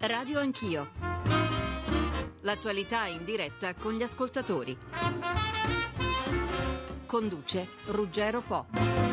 Radio Anch'io. L'attualità in diretta con gli ascoltatori. Conduce Ruggero Po.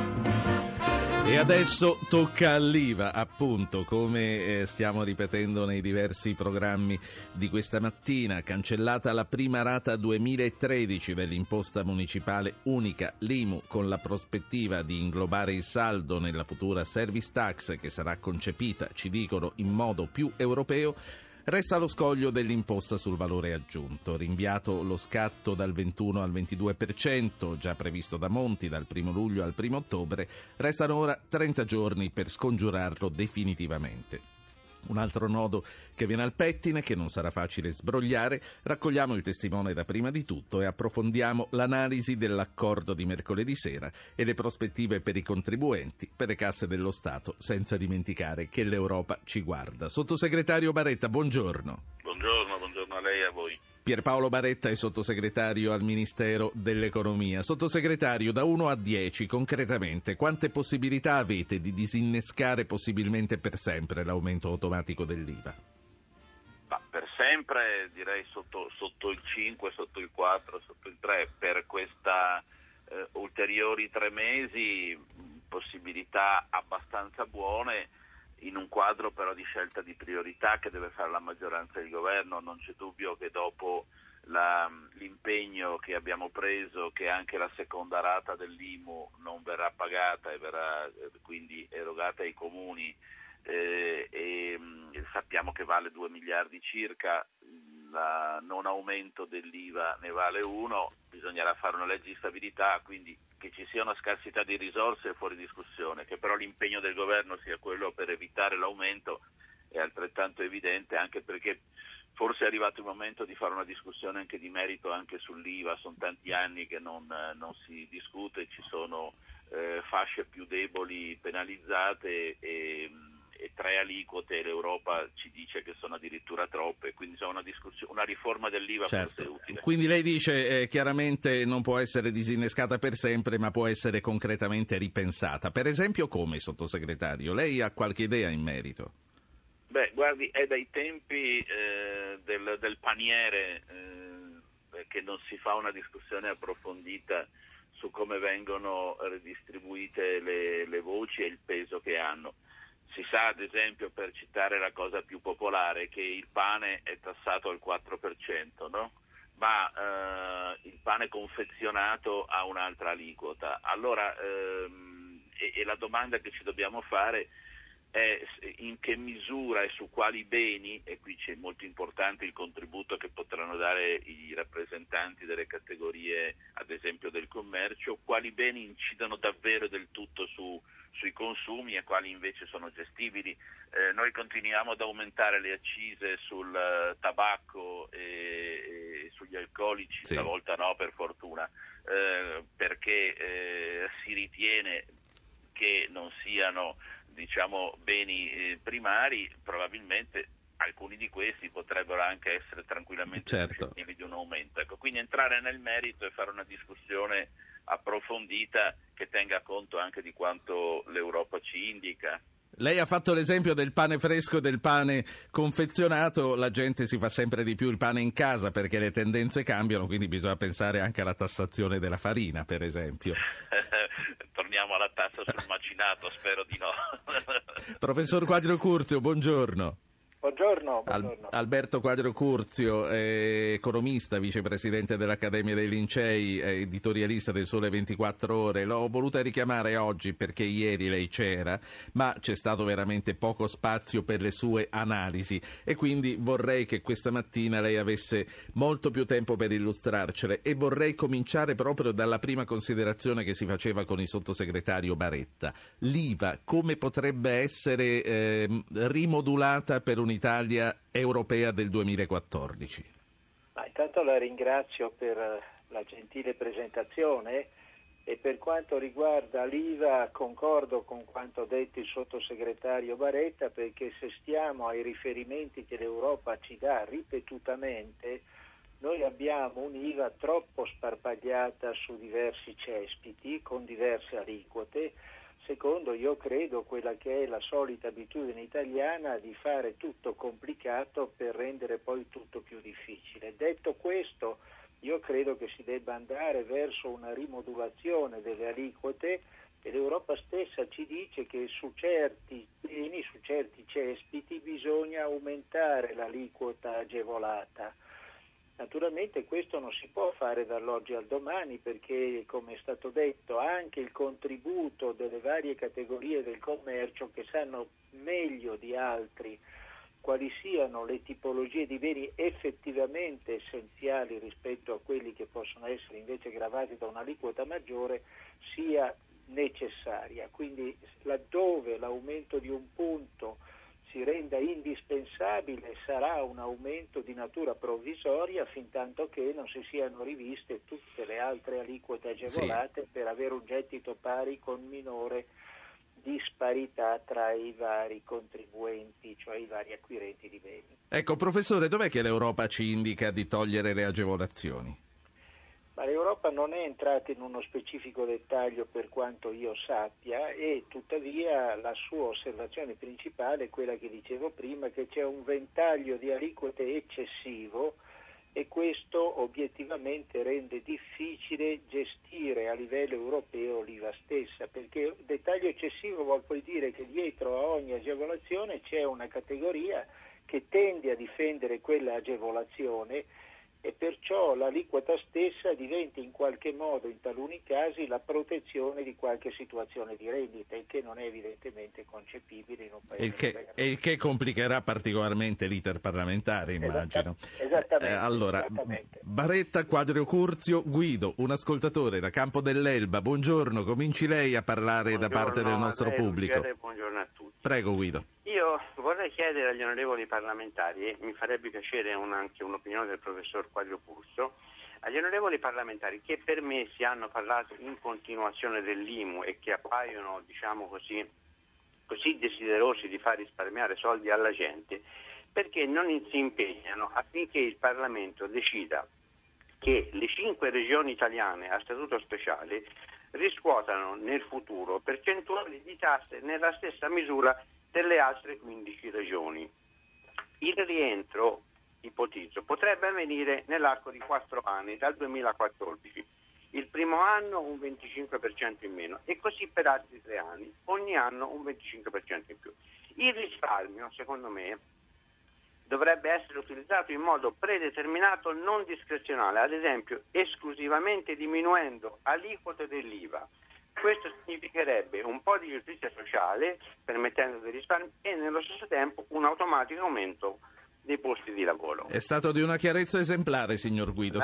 E adesso tocca all'IVA, appunto, come stiamo ripetendo nei diversi programmi di questa mattina. Cancellata la prima rata 2013 dell'imposta municipale unica, l'IMU, con la prospettiva di inglobare il saldo nella futura service tax che sarà concepita, ci dicono, in modo più europeo. Resta lo scoglio dell'imposta sul valore aggiunto, rinviato lo scatto dal 21 al 22%, già previsto da Monti dal 1 luglio al 1 ottobre, restano ora 30 giorni per scongiurarlo definitivamente. Un altro nodo che viene al pettine, che non sarà facile sbrogliare. Raccogliamo il testimone da prima di tutto e approfondiamo l'analisi dell'accordo di mercoledì sera e le prospettive per i contribuenti, per le casse dello Stato, senza dimenticare che l'Europa ci guarda. Sottosegretario Baretta, buongiorno. Buongiorno a lei e a voi. Pierpaolo Baretta è sottosegretario al Ministero dell'Economia. Sottosegretario, da 1 a 10, concretamente, quante possibilità avete di disinnescare possibilmente per sempre l'aumento automatico dell'IVA? Ma per sempre direi sotto il 5, sotto il 4, sotto il 3. Per questa ulteriori 3 mesi, possibilità abbastanza buone, in un quadro però di scelta di priorità che deve fare la maggioranza del governo. Non c'è dubbio che dopo l'impegno che abbiamo preso, che anche la seconda rata dell'IMU non verrà pagata e verrà quindi erogata ai comuni, e sappiamo che vale 2 miliardi circa, il non aumento dell'IVA ne vale 1, bisognerà fare una legge di stabilità, quindi che ci sia una scarsità di risorse è fuori discussione, che però l'impegno del governo sia quello per evitare l'aumento è altrettanto evidente, anche perché forse è arrivato il momento di fare una discussione anche di merito anche sull'IVA. Sono tanti anni che non si discute, ci sono fasce più deboli penalizzate e 3 aliquote, l'Europa ci dice che sono addirittura troppe, quindi c'è una riforma dell'IVA. Certo. Forse è utile. Quindi lei dice chiaramente non può essere disinnescata per sempre, ma può essere concretamente ripensata. Per esempio come, sottosegretario? Lei ha qualche idea in merito? Beh, guardi, è dai tempi del paniere che non si fa una discussione approfondita su come vengono redistribuite le voci e il peso che hanno. Si sa, ad esempio, per citare la cosa più popolare, che il pane è tassato al 4%, no? Ma il pane confezionato ha un'altra aliquota. Allora, e la domanda che ci dobbiamo fare è in che misura e su quali beni, e qui c'è molto importante il contributo che potranno dare i rappresentanti delle categorie, ad esempio del commercio, quali beni incidono davvero del tutto sui consumi e quali invece sono gestibili. Noi continuiamo ad aumentare le accise sul tabacco e sugli alcolici, sì. Stavolta no, per fortuna, perché si ritiene che non siano, diciamo, beni primari. Probabilmente alcuni di questi potrebbero anche essere tranquillamente suscettibili di un aumento. Ecco, quindi entrare nel merito e fare una discussione approfondita che tenga conto anche di quanto l'Europa ci indica. Lei ha fatto l'esempio del pane fresco e del pane confezionato. La gente si fa sempre di più il pane in casa perché le tendenze cambiano, quindi bisogna pensare anche alla tassazione della farina, per esempio. Torniamo alla tassa sul macinato, spero di no. Professor Quadrio Curzio, buongiorno. Buongiorno. Alberto Quadrio Curzio, economista, vicepresidente dell'Accademia dei Lincei, editorialista del Sole 24 Ore. L'ho voluta richiamare oggi perché ieri lei c'era, ma c'è stato veramente poco spazio per le sue analisi e quindi vorrei che questa mattina lei avesse molto più tempo per illustrarcele, e vorrei cominciare proprio dalla prima considerazione che si faceva con il sottosegretario Baretta. L'IVA come potrebbe essere rimodulata per un'Italia europea del 2014? Intanto la ringrazio per la gentile presentazione e per quanto riguarda l'IVA concordo con quanto detto il sottosegretario Baretta, perché se stiamo ai riferimenti che l'Europa ci dà ripetutamente, noi abbiamo un'IVA troppo sparpagliata su diversi cespiti con diverse aliquote. Secondo, io credo quella che è la solita abitudine italiana di fare tutto complicato per rendere poi tutto più difficile. Detto questo, io credo che si debba andare verso una rimodulazione delle aliquote, e l'Europa stessa ci dice che su certi beni, su certi cespiti, bisogna aumentare l'aliquota agevolata. Naturalmente questo non si può fare dall'oggi al domani, perché, come è stato detto, anche il contributo delle varie categorie del commercio, che sanno meglio di altri quali siano le tipologie di beni effettivamente essenziali rispetto a quelli che possono essere invece gravati da un'aliquota maggiore, sia necessaria. Quindi laddove l'aumento di un punto si renda indispensabile, sarà un aumento di natura provvisoria fintanto che non si siano riviste tutte le altre aliquote agevolate, per avere un gettito pari con minore disparità tra i vari contribuenti, cioè i vari acquirenti di beni. Ecco, professore, dov'è che l'Europa ci indica di togliere le agevolazioni? Ma l'Europa non è entrata in uno specifico dettaglio per quanto io sappia, e tuttavia la sua osservazione principale è quella che dicevo prima, che c'è un ventaglio di aliquote eccessivo, e questo obiettivamente rende difficile gestire a livello europeo l'IVA stessa, perché dettaglio eccessivo vuol poi dire che dietro a ogni agevolazione c'è una categoria che tende a difendere quella agevolazione, e perciò l'aliquota stessa diventa in qualche modo, in taluni casi, la protezione di qualche situazione di rendita, il che non è evidentemente concepibile in un paese Il che complicherà particolarmente l'iter parlamentare, immagino. Esattamente. Allora, esattamente. Baretta, Quadrio Curzio, Guido, un ascoltatore da Campo dell'Elba, buongiorno, cominci lei a parlare da parte del nostro pubblico. Buongiorno a tutti. Prego, Guido. Io vorrei chiedere agli onorevoli parlamentari, e mi farebbe piacere anche un'opinione del professor Quadrio Curzio, agli onorevoli parlamentari che per me si hanno parlato in continuazione dell'IMU e che appaiono, diciamo così desiderosi di far risparmiare soldi alla gente, perché non si impegnano affinché il Parlamento decida che le 5 regioni italiane a statuto speciale riscuotano nel futuro percentuali di tasse nella stessa misura delle altre 15 regioni. Il rientro, ipotizzo, potrebbe avvenire nell'arco di 4 anni, dal 2014. Il primo anno un 25% in meno, e così per altri 3 anni, ogni anno un 25% in più. Il risparmio, secondo me, dovrebbe essere utilizzato in modo predeterminato, non discrezionale, ad esempio esclusivamente diminuendo aliquote dell'IVA. Questo significherebbe un po' di giustizia sociale, permettendo dei risparmi, e nello stesso tempo un automatico aumento dei posti di lavoro. È stato di una chiarezza esemplare, signor Guido.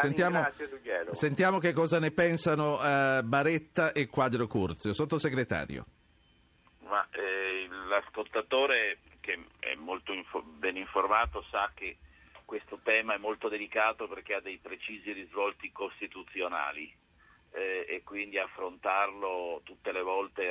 Sentiamo che cosa ne pensano Baretta e Quadrio Curzio. Sottosegretario. Ma l'ascoltatore, che è molto ben informato, sa che questo tema è molto delicato perché ha dei precisi risvolti costituzionali, e quindi affrontarlo tutte le volte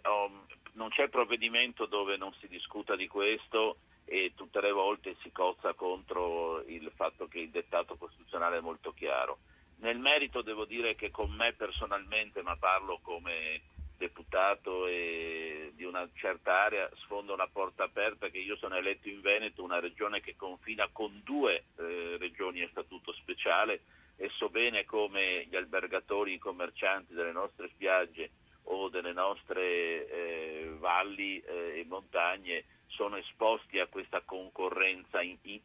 non c'è provvedimento dove non si discuta di questo, e tutte le volte si cozza contro il fatto che il dettato costituzionale è molto chiaro. Nel merito devo dire che con me personalmente, ma parlo come deputato e di una certa area, sfondo una porta aperta, che io sono eletto in Veneto, una regione che confina con 2 regioni a statuto speciale, e so bene come gli albergatori, i commercianti delle nostre spiagge o delle nostre valli e montagne sono esposti a questa concorrenza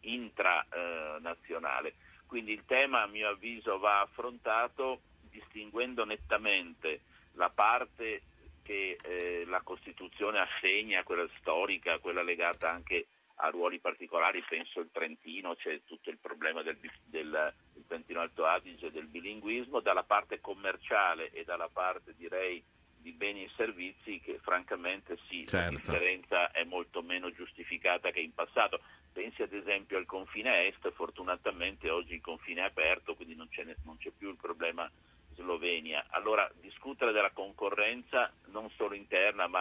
intranazionale. Quindi il tema, a mio avviso, va affrontato distinguendo nettamente la parte che la Costituzione assegna, quella storica, quella legata anche a ruoli particolari, penso il Trentino, c'è tutto il problema del Trentino Alto Adige, del bilinguismo, dalla parte commerciale e dalla parte, direi, di beni e servizi, che francamente certo, la differenza è molto meno giustificata che in passato. Pensi ad esempio al confine est, fortunatamente oggi il confine è aperto, quindi non c'è più il problema Slovenia. Allora discutere della concorrenza non solo interna ma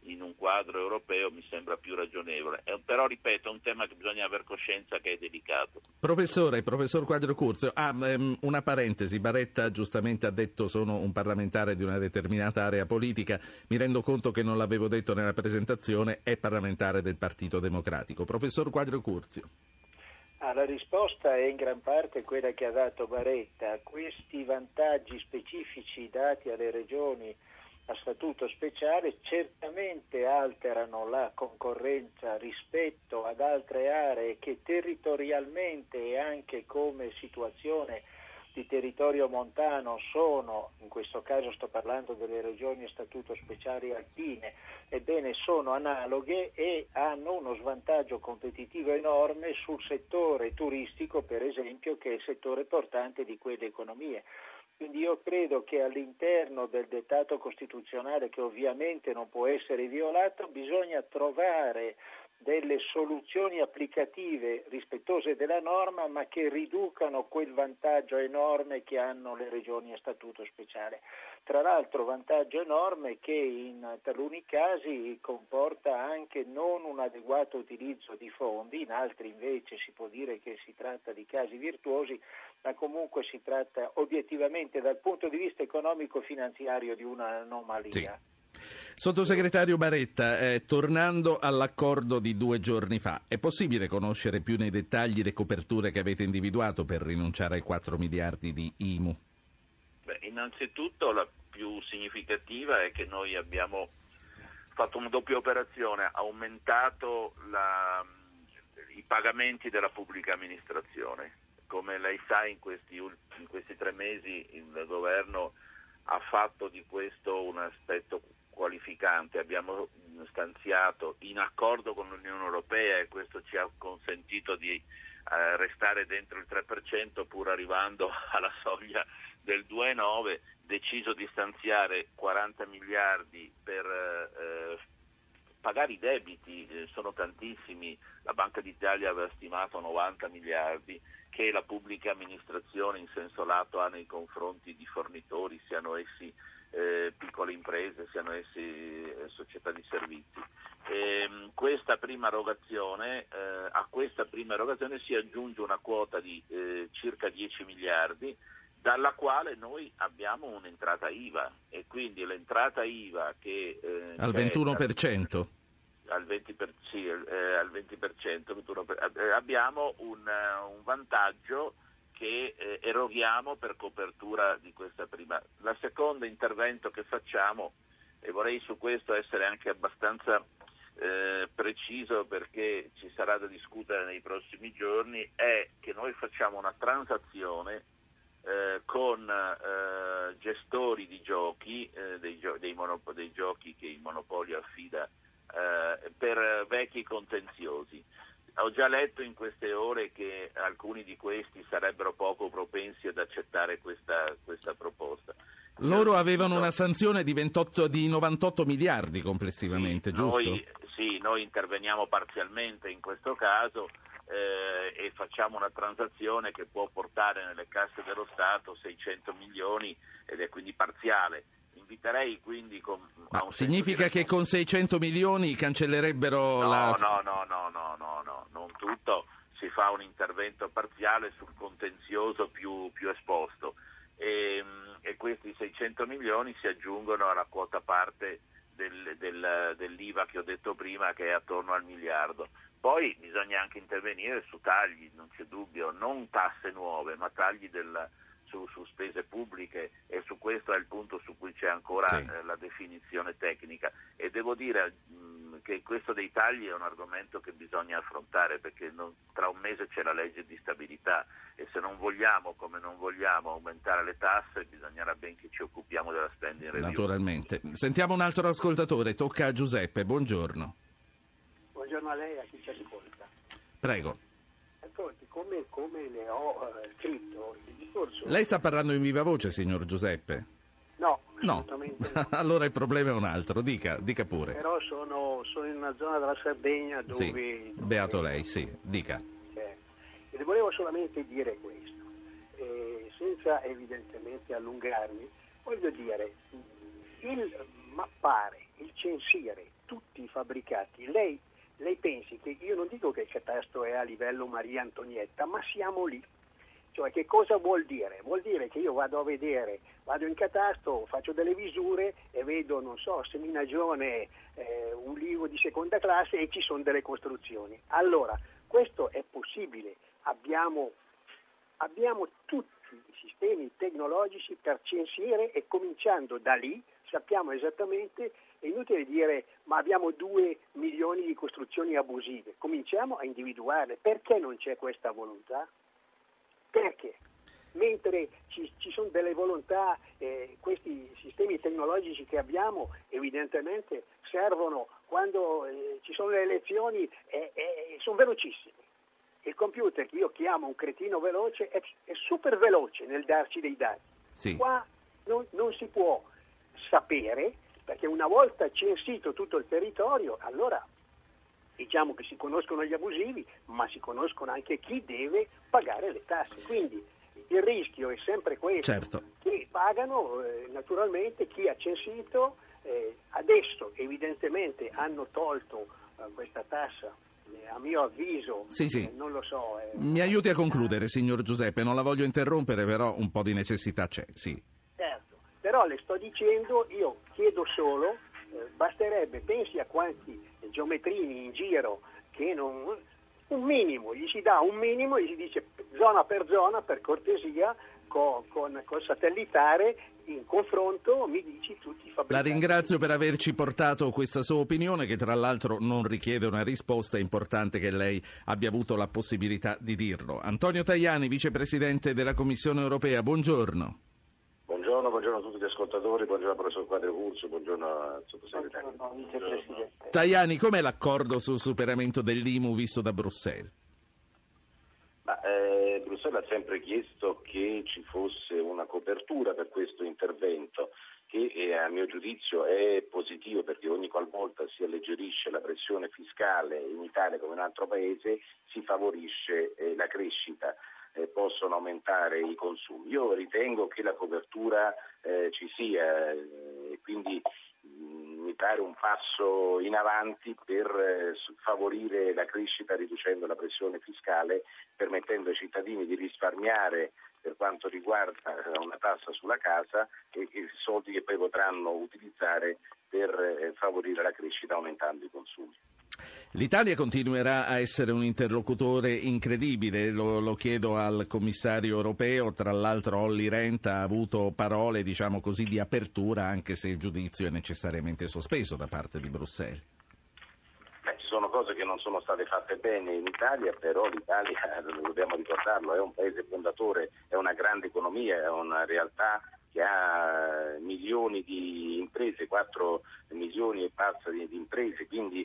in un quadro europeo mi sembra più ragionevole. Però ripeto, è un tema che bisogna aver coscienza che è delicato. Professor Quadrio Curzio, una parentesi, Baretta giustamente ha detto sono un parlamentare di una determinata area politica, mi rendo conto che non l'avevo detto nella presentazione, è parlamentare del Partito Democratico. Professor Quadrio Curzio. La risposta è in gran parte quella che ha dato Baretta. Questi vantaggi specifici dati alle regioni a statuto speciale certamente alterano la concorrenza rispetto ad altre aree che territorialmente e anche come situazione di territorio montano sono, in questo caso sto parlando delle regioni a statuto speciale alpine, ebbene sono analoghe e hanno uno svantaggio competitivo enorme sul settore turistico, per esempio, che è il settore portante di quelle economie. Quindi io credo che all'interno del dettato costituzionale, che ovviamente non può essere violato, bisogna trovare delle soluzioni applicative rispettose della norma, ma che riducano quel vantaggio enorme che hanno le regioni a statuto speciale. Tra l'altro vantaggio enorme che in taluni casi comporta anche non un adeguato utilizzo di fondi, in altri invece si può dire che si tratta di casi virtuosi, ma comunque si tratta obiettivamente dal punto di vista economico-finanziario di un'anomalia. Sì. Sottosegretario Baretta, tornando all'accordo di 2 giorni fa, è possibile conoscere più nei dettagli le coperture che avete individuato per rinunciare ai 4 miliardi di IMU? Innanzitutto la più significativa è che noi abbiamo fatto una doppia operazione, aumentato i pagamenti della pubblica amministrazione. Come lei sa, in questi 3 mesi il governo ha fatto di questo un aspetto qualificante. Abbiamo stanziato in accordo con l'Unione Europea, e questo ci ha consentito di restare dentro il 3% pur arrivando alla soglia del 2,9, deciso di stanziare 40 miliardi per pagare i debiti, sono tantissimi, la Banca d'Italia aveva stimato 90 miliardi che la pubblica amministrazione in senso lato ha nei confronti di fornitori, siano essi piccole imprese, siano essi società di servizi. A questa prima erogazione si aggiunge una quota di circa 10 miliardi, dalla quale noi abbiamo un'entrata IVA, e quindi l'entrata IVA che al 21%. Al 20%, abbiamo un vantaggio che eroghiamo per copertura di questa prima. La seconda intervento che facciamo, e vorrei su questo essere anche abbastanza preciso perché ci sarà da discutere nei prossimi giorni, è che noi facciamo una transazione con gestori di giochi, dei giochi che il monopolio affida per vecchi contenziosi. Ho già letto in queste ore che alcuni di questi sarebbero poco propensi ad accettare questa proposta. Loro avevano una sanzione di 98 miliardi complessivamente, giusto? Noi interveniamo parzialmente in questo caso e facciamo una transazione che può portare nelle casse dello Stato 600 milioni ed è quindi parziale. Inviterei quindi significa che con 600 milioni cancellerebbero No, non tutto, si fa un intervento parziale sul contenzioso più esposto e questi 600 milioni si aggiungono alla quota parte dell'IVA che ho detto prima, che è attorno al miliardo. Poi bisogna anche intervenire su tagli, non c'è dubbio, non tasse nuove, ma tagli su spese pubbliche, e su questo è il punto su cui c'è ancora la definizione tecnica, e devo dire che questo dei tagli è un argomento che bisogna affrontare, perché tra un mese c'è la legge di stabilità e se non vogliamo, come non vogliamo, aumentare le tasse, bisognerà ben che ci occupiamo della spending review. Naturalmente. Sentiamo un altro ascoltatore, tocca a Giuseppe, buongiorno. Buongiorno a lei e a chi ci ascolta. Prego. Ascolti, come ne ho scritto il discorso... Lei sta parlando in viva voce, signor Giuseppe? No, assolutamente no. Allora il problema è un altro, dica pure. Però sono in una zona della Sardegna dove... Sì, beato lei, sì, dica. E le volevo solamente dire questo, senza evidentemente allungarmi, voglio dire, il mappare, il censire tutti i fabbricati. Lei pensi che, io non dico che il catasto è a livello Maria Antonietta, ma siamo lì. Cioè, che cosa vuol dire? Vuol dire che io vado in catasto, faccio delle visure e vedo, non so, seminagione, un livo di seconda classe e ci sono delle costruzioni. Allora, questo è possibile. Abbiamo tutti i sistemi tecnologici per censire e cominciando da lì sappiamo esattamente, è inutile dire ma abbiamo 2 milioni di costruzioni abusive, cominciamo a individuarle. Perché non c'è questa volontà? Perché? Mentre ci sono delle volontà, questi sistemi tecnologici che abbiamo evidentemente servono quando ci sono le elezioni e sono velocissimi. Il computer, che io chiamo un cretino veloce, è super veloce nel darci dei dati. Sì. Qua non si può sapere, perché una volta censito tutto il territorio, allora diciamo che si conoscono gli abusivi, ma si conoscono anche chi deve pagare le tasse. Quindi il rischio è sempre questo. Certo. Che pagano naturalmente chi ha censito. Adesso evidentemente hanno tolto questa tassa. A mio avviso, Sì. non lo so. Mi aiuti a concludere, signor Giuseppe, non la voglio interrompere, però un po' di necessità c'è, sì. Certo, però le sto dicendo, io chiedo solo, basterebbe, pensi a quanti geometrini in giro che non... Un minimo, gli si dà un minimo e gli si dice zona per zona, per cortesia, col satellitare, in confronto mi dici tutti i fabbricanti. La ringrazio per averci portato questa sua opinione, che tra l'altro non richiede una risposta. È importante che lei abbia avuto la possibilità di dirlo. Antonio Tajani, vicepresidente della Commissione europea, buongiorno. Buongiorno a tutti gli ascoltatori, buongiorno al professor Quadrio Curcio, buongiorno al sottosegretario. Vicepresidente. Tajani, com'è l'accordo sul superamento dell'IMU visto da Bruxelles? Bruxelles ha sempre chiesto che ci fosse una copertura per questo intervento, che a mio giudizio è positivo, perché ogni qualvolta si alleggerisce la pressione fiscale in Italia come in un altro paese si favorisce la crescita, possono aumentare i consumi. Io ritengo che la copertura ci sia, quindi mi pare un passo in avanti per favorire la crescita riducendo la pressione fiscale, permettendo ai cittadini di risparmiare per quanto riguarda una tassa sulla casa e soldi che poi potranno utilizzare per favorire la crescita aumentando i consumi. L'Italia continuerà a essere un interlocutore incredibile, lo chiedo al commissario europeo. Tra l'altro Olli Rehn ha avuto parole, diciamo così, di apertura, anche se il giudizio è necessariamente sospeso da parte di Bruxelles. Ci sono cose che non sono state fatte bene in Italia, però l'Italia, dobbiamo ricordarlo, è un paese fondatore, è una grande economia, è una realtà che ha milioni di imprese, 4 milioni e passa di imprese, quindi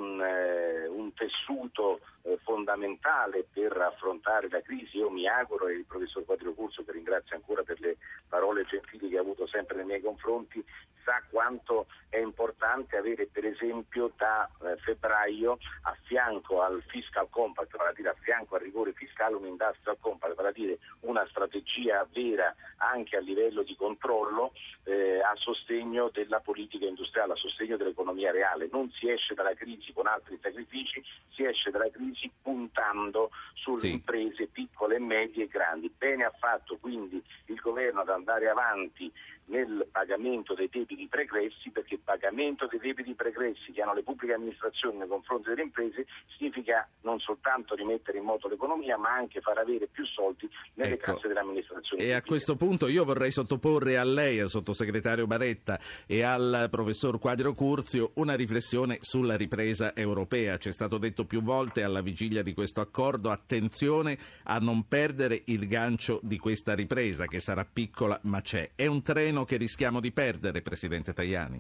un tessuto fondamentale per affrontare la crisi. Io mi auguro, e il professor Quadrio Curcio, che ringrazio ancora per le parole gentili che ha avuto sempre nei miei confronti, sa quanto è importante avere, per esempio, da febbraio a fianco al fiscal compact, vale a dire a fianco al rigore fiscale, un industrial compact, vale a dire una strategia vera anche a livello di controllo a sostegno della politica industriale, a sostegno dell'economia reale. Non si esce dalla crisi con altri sacrifici, si esce dalla crisi puntando sulle imprese piccole e medie e grandi. Bene ha fatto quindi il governo ad andare avanti nel pagamento dei debiti pregressi, perché il pagamento dei debiti pregressi che hanno le pubbliche amministrazioni nei confronti delle imprese significa non soltanto rimettere in moto l'economia, ma anche far avere più soldi nelle casse delle amministrazioni. E a questo punto io vorrei sottoporre a lei, al sottosegretario Baretta e al professor Quadrio Curzio, una riflessione sulla ripresa europea. C'è stato detto più volte alla vigilia di questo accordo: attenzione a non perdere il gancio di questa ripresa, che sarà piccola ma c'è. È un treno che rischiamo di perdere, Presidente Tajani?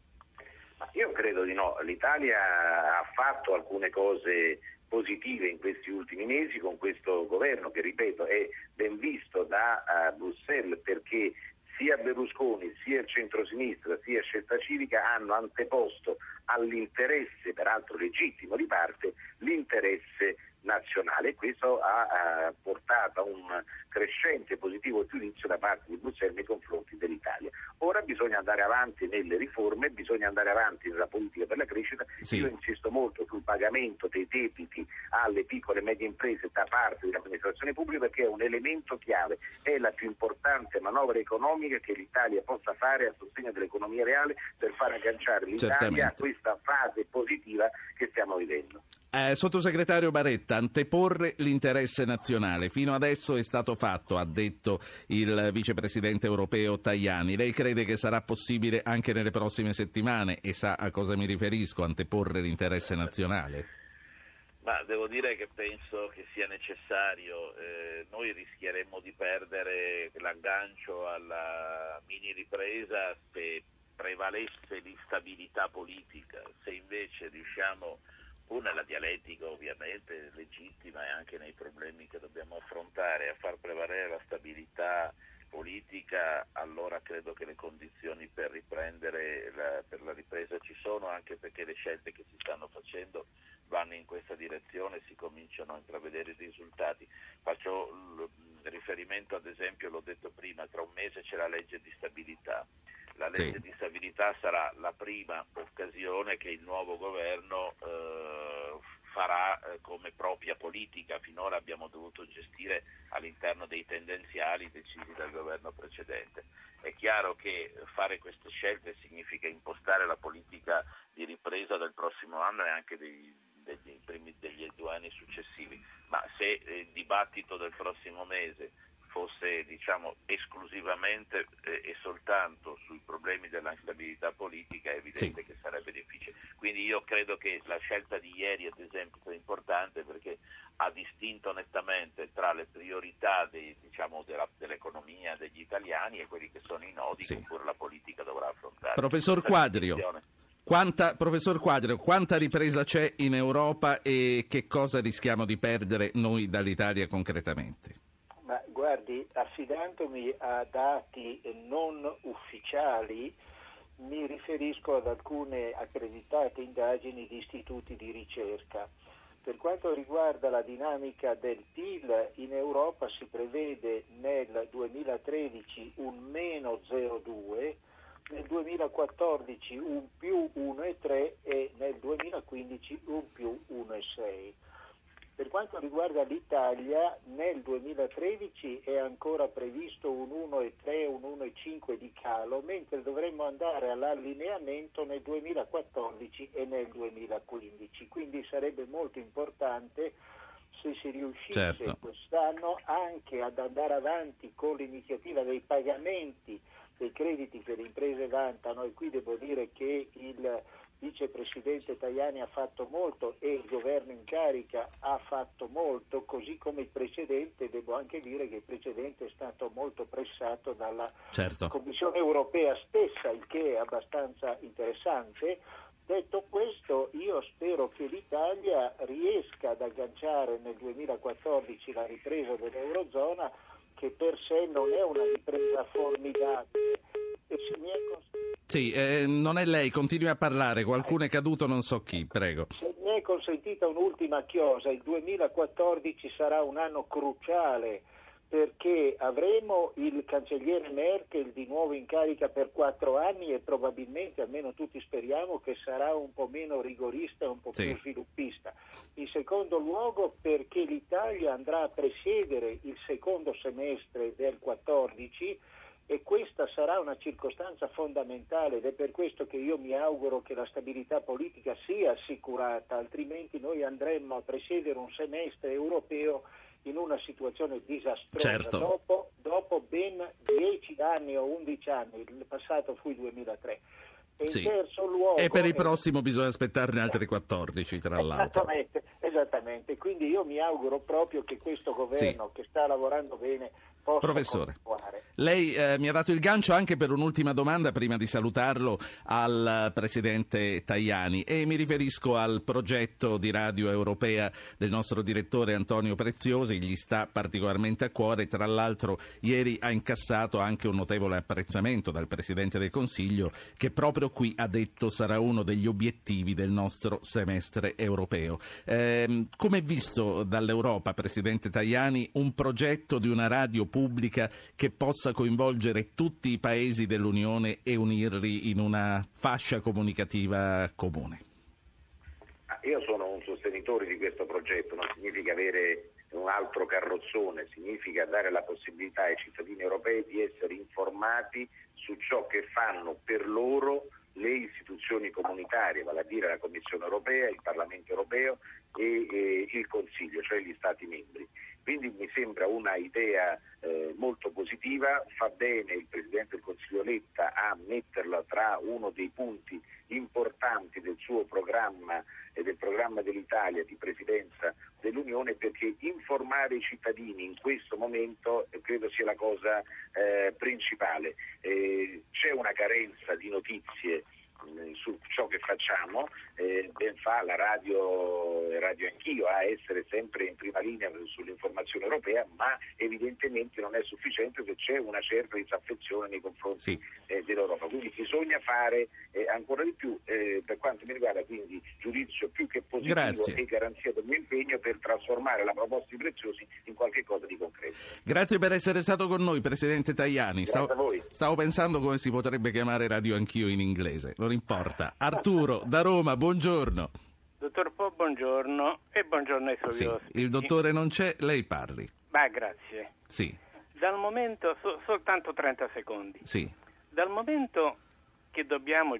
Io credo di no. L'Italia ha fatto alcune cose positive in questi ultimi mesi con questo governo, che ripeto è ben visto da Bruxelles, perché sia Berlusconi, sia il centrosinistra, sia Scelta Civica hanno anteposto all'interesse, peraltro legittimo di parte, l'interesse nazionale, e questo ha portato a un crescente positivo giudizio da parte di Bruxelles nei confronti dell'Italia. Ora bisogna andare avanti nelle riforme, bisogna andare avanti nella politica per la crescita. Sì. Io insisto molto sul pagamento dei debiti alle piccole e medie imprese da parte dell'amministrazione pubblica, perché è un elemento chiave, è la più importante manovra economica che l'Italia possa fare a sostegno dell'economia reale per far agganciare l'Italia Certamente. a questa fase positiva che stiamo vivendo. Sottosegretario Baretta, anteporre l'interesse nazionale. Fino adesso è stato fatto, ha detto il vicepresidente europeo Tajani. Lei crede che sarà possibile anche nelle prossime settimane, e sa a cosa mi riferisco, anteporre l'interesse nazionale? Ma devo dire che penso che sia necessario. Noi rischieremmo di perdere l'aggancio alla mini ripresa se prevalesse l'instabilità politica. Se invece riusciamo, pur nella dialettica ovviamente legittima e anche nei problemi che dobbiamo affrontare, a far prevalere la stabilità politica, allora credo che le condizioni per riprendere per la ripresa ci sono, anche perché le scelte che si stanno facendo vanno in questa direzione, si cominciano a intravedere i risultati. Faccio riferimento ad esempio, l'ho detto prima, tra un mese c'è la legge di stabilità. La legge di stabilità sarà la prima occasione che il nuovo governo farà come propria politica. Finora abbiamo dovuto gestire all'interno dei tendenziali decisi dal governo precedente. È chiaro che fare queste scelte significa impostare la politica di ripresa del prossimo anno e anche degli 2 anni successivi, ma se il dibattito del prossimo mese fosse esclusivamente e soltanto sui problemi della instabilità politica, è evidente che sarebbe difficile. Quindi io credo che la scelta di ieri ad esempio sia importante, perché ha distinto nettamente tra le priorità dell'economia degli italiani e quelli che sono i nodi che pure la politica dovrà affrontare. Professor Quadrio, quanta ripresa c'è in Europa e che cosa rischiamo di perdere noi dall'Italia concretamente? Ma guardi, affidandomi a dati non ufficiali, mi riferisco ad alcune accreditate indagini di istituti di ricerca. Per quanto riguarda la dinamica del PIL, in Europa si prevede nel 2013 un meno 0,2, nel 2014 un più 1,3 e nel 2015 un più 1,6. Per quanto riguarda l'Italia, nel 2013 è ancora previsto un 1,3, un 1,5 di calo, mentre dovremmo andare all'allineamento nel 2014 e nel 2015. Quindi sarebbe molto importante se si riuscisse quest'anno anche ad andare avanti con l'iniziativa dei pagamenti dei crediti che le imprese vantano, e qui devo dire che il vicepresidente Tajani ha fatto molto e il governo in carica ha fatto molto, così come il precedente. Devo anche dire che il precedente è stato molto pressato dalla Commissione europea stessa, il che è abbastanza interessante. Detto questo, io spero che l'Italia riesca ad agganciare nel 2014 la ripresa dell'Eurozona, che per sé non è una ripresa formidabile. E se mi è non è lei, continui a parlare, qualcuno è caduto, non so chi, prego. Se mi è consentita un'ultima chiosa, il 2014 sarà un anno cruciale, perché avremo il cancelliere Merkel di nuovo in carica per 4 anni e probabilmente, almeno tutti speriamo, che sarà un po' meno rigorista e un po' più sviluppista. In secondo luogo, perché l'Italia andrà a presiedere il secondo semestre del 2014 e questa sarà una circostanza fondamentale, ed è per questo che io mi auguro che la stabilità politica sia assicurata, altrimenti noi andremmo a presiedere un semestre europeo in una situazione disastrosa dopo ben 10 anni o 11 anni. Il passato fu il 2003. E in terzo luogo, e per il prossimo bisogna aspettarne altri 14, tra l'altro. Esattamente, quindi io mi auguro proprio che questo governo che sta lavorando bene possa continuare. Lei mi ha dato il gancio anche per un'ultima domanda prima di salutarlo al Presidente Tajani, e mi riferisco al progetto di Radio Europea del nostro direttore Antonio Preziosi. Gli sta particolarmente a cuore. Tra l'altro ieri ha incassato anche un notevole apprezzamento dal Presidente del Consiglio, che proprio qui ha detto sarà uno degli obiettivi del nostro semestre europeo. Come è visto dall'Europa, Presidente Tajani, un progetto di una radio pubblica che possa coinvolgere tutti i paesi dell'Unione e unirli in una fascia comunicativa comune? Io sono un sostenitore di questo progetto. Non significa avere un altro carrozzone, significa dare la possibilità ai cittadini europei di essere informati su ciò che fanno per loro le istituzioni comunitarie, vale a dire la Commissione europea, il Parlamento europeo e il Consiglio, cioè gli Stati membri. Quindi mi sembra una idea molto positiva. Fa bene il Presidente del Consiglio Letta a metterla tra uno dei punti importanti del suo programma e del programma dell'Italia di presidenza dell'Unione, perché informare i cittadini in questo momento credo sia la cosa principale. C'è una carenza di notizie su ciò che facciamo, ben fa la radio Anch'io a essere sempre in prima linea sull'informazione europea, ma evidentemente non è sufficiente se c'è una certa disaffezione nei confronti dell'Europa. Quindi bisogna fare ancora di più, per quanto mi riguarda, quindi giudizio più che positivo. Grazie. E garanzia del mio impegno per trasformare la proposta di Preziosi in qualche cosa di concreto. Grazie per essere stato con noi, Presidente Tajani. Grazie a voi. Stavo pensando come si potrebbe chiamare Radio Anch'io in inglese, non importa. Arturo da Roma, buongiorno. Dottor Po, buongiorno e buongiorno ai suoi ospiti. Il dottore non c'è, lei parli. Grazie. Sì. Dal momento, soltanto 30 secondi. Sì. Dal momento che dobbiamo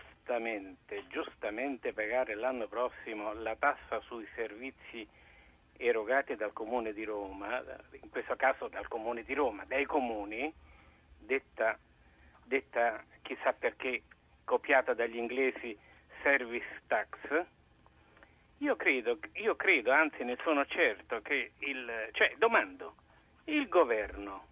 giustamente pagare l'anno prossimo la tassa sui servizi erogati dal Comune di Roma, in questo caso dal Comune di Roma, dai comuni, detta chissà perché copiata dagli inglesi service tax, io credo, anzi ne sono certo che domando, il governo,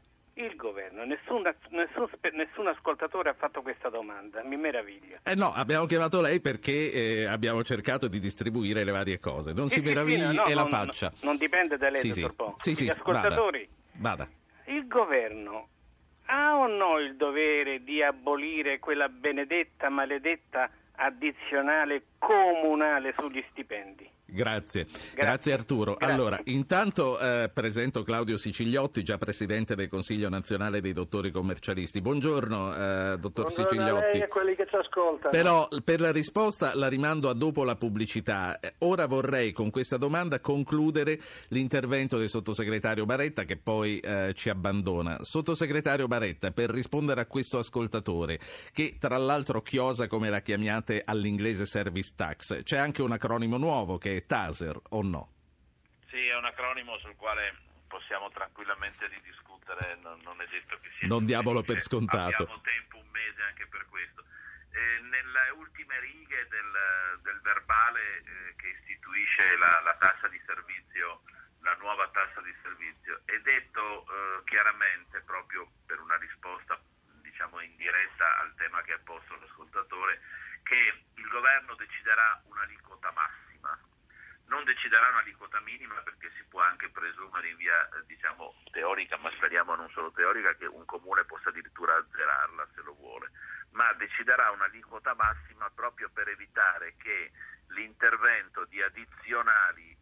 nessun ascoltatore ha fatto questa domanda, mi meraviglio. No, abbiamo chiamato lei perché abbiamo cercato di distribuire le varie cose. Non si meravigli e la faccia. Non dipende da lei, dottor Po. Sì, Gli ascoltatori. Vada. Il governo ha o no il dovere di abolire quella benedetta, maledetta addizionale comunale sugli stipendi? Grazie Arturo. Grazie. Allora, intanto presento Claudio Sicigliotti, già Presidente del Consiglio Nazionale dei Dottori Commercialisti. Buongiorno, dottor Buongiorno Sicigliotti. a lei e a quelli che ci ascoltano. Però per la risposta la rimando a dopo la pubblicità. Ora vorrei con questa domanda concludere l'intervento del sottosegretario Baretta, che poi ci abbandona. Sottosegretario Baretta, per rispondere a questo ascoltatore, che tra l'altro chiosa, come la chiamiate all'inglese, service tax, c'è anche un acronimo nuovo che è TASER, o no? Sì, è un acronimo sul quale possiamo tranquillamente ridiscutere, non è detto che sia... Non diamolo per scontato. Abbiamo tempo, un mese anche per questo. Nelle ultime righe del verbale che istituisce la tassa di servizio, la nuova tassa di servizio, è detto chiaramente, proprio per una risposta diciamo indiretta al tema che ha posto l'ascoltatore, che il governo deciderà un'aliquota massima. Non deciderà un'aliquota minima, perché si può anche presumere in via teorica, ma speriamo non solo teorica, che un comune possa addirittura azzerarla se lo vuole, ma deciderà un'aliquota massima proprio per evitare che l'intervento di addizionali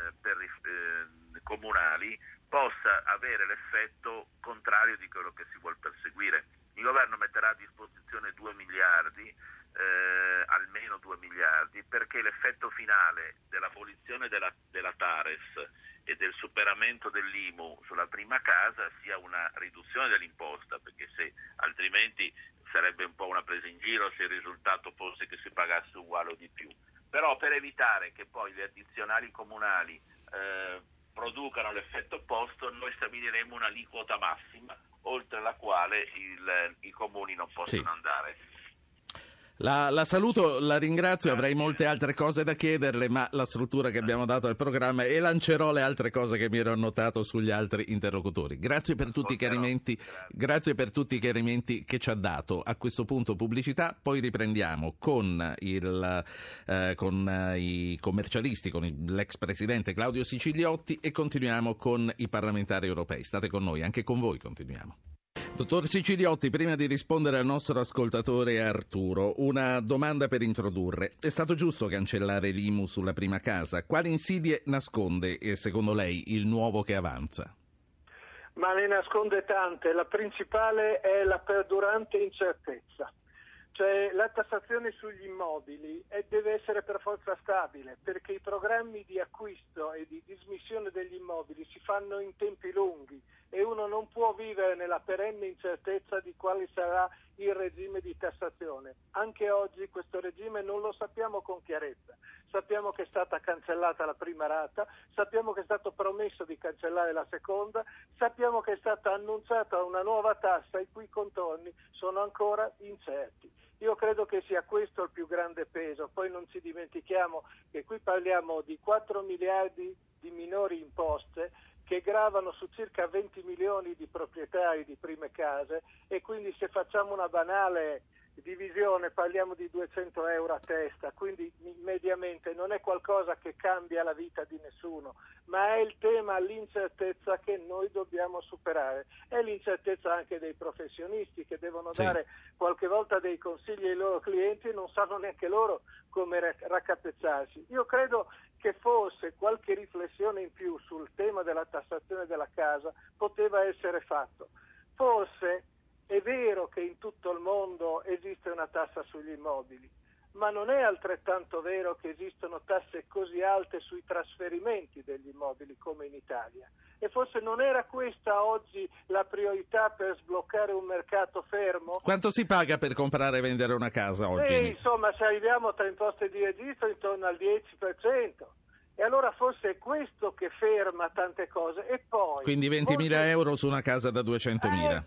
comunali possa avere l'effetto contrario di quello che si vuol perseguire. Il governo metterà a disposizione 2 miliardi, almeno 2 miliardi, perché l'effetto finale dell'abolizione della TARES e del superamento dell'IMU sulla prima casa sia una riduzione dell'imposta, perché se altrimenti sarebbe un po' una presa in giro se il risultato fosse che si pagasse uguale o di più. Però per evitare che poi le addizionali comunali producano l'effetto opposto, noi stabiliremo un'aliquota massima oltre la quale i comuni non possono andare. La saluto, la ringrazio, avrei molte altre cose da chiederle, ma la struttura che abbiamo dato al programma, e lancerò le altre cose che mi ero annotato sugli altri interlocutori. Grazie per tutti i chiarimenti, grazie per tutti i chiarimenti che ci ha dato. A questo punto pubblicità, poi riprendiamo con i commercialisti, con l'ex presidente Claudio Siciliotti, e continuiamo con i parlamentari europei. State con noi, anche con voi continuiamo. Dottor Siciliotti, prima di rispondere al nostro ascoltatore Arturo, una domanda per introdurre. È stato giusto cancellare l'IMU sulla prima casa? Quali insidie nasconde, secondo lei, il nuovo che avanza? Ma ne nasconde tante. La principale è la perdurante incertezza. Cioè la tassazione sugli immobili deve essere per forza stabile, perché i programmi di acquisto e di dismissione degli immobili si fanno in tempi lunghi e uno non può vivere nella perenne incertezza di quale sarà il regime di tassazione. Anche oggi questo regime non lo sappiamo con chiarezza. Sappiamo che è stata cancellata la prima rata, sappiamo che è stato promesso di cancellare la seconda, sappiamo che è stata annunciata una nuova tassa i cui contorni sono ancora incerti. Io credo che sia questo il più grande peso. Poi non ci dimentichiamo che qui parliamo di 4 miliardi di minori imposte che gravano su circa 20 milioni di proprietari di prime case, e quindi se facciamo una banale divisione parliamo di 200 euro a testa, quindi mediamente non è qualcosa che cambia la vita di nessuno, ma è il tema, l'incertezza che noi dobbiamo superare. È l'incertezza anche dei professionisti che devono dare qualche volta dei consigli ai loro clienti e non sanno neanche loro come raccapezzarsi. Io credo che forse qualche riflessione in più sul tema della tassazione della casa poteva essere fatto. Forse è vero che in tutto il mondo esiste una tassa sugli immobili, ma non è altrettanto vero che esistono tasse così alte sui trasferimenti degli immobili come in Italia. E forse non era questa oggi la priorità per sbloccare un mercato fermo? Quanto si paga per comprare e vendere una casa oggi? Insomma, se arriviamo tra imposte di registro intorno al 10%. E allora forse è questo che ferma tante cose. E poi quindi 20.000 euro su una casa da 200.000.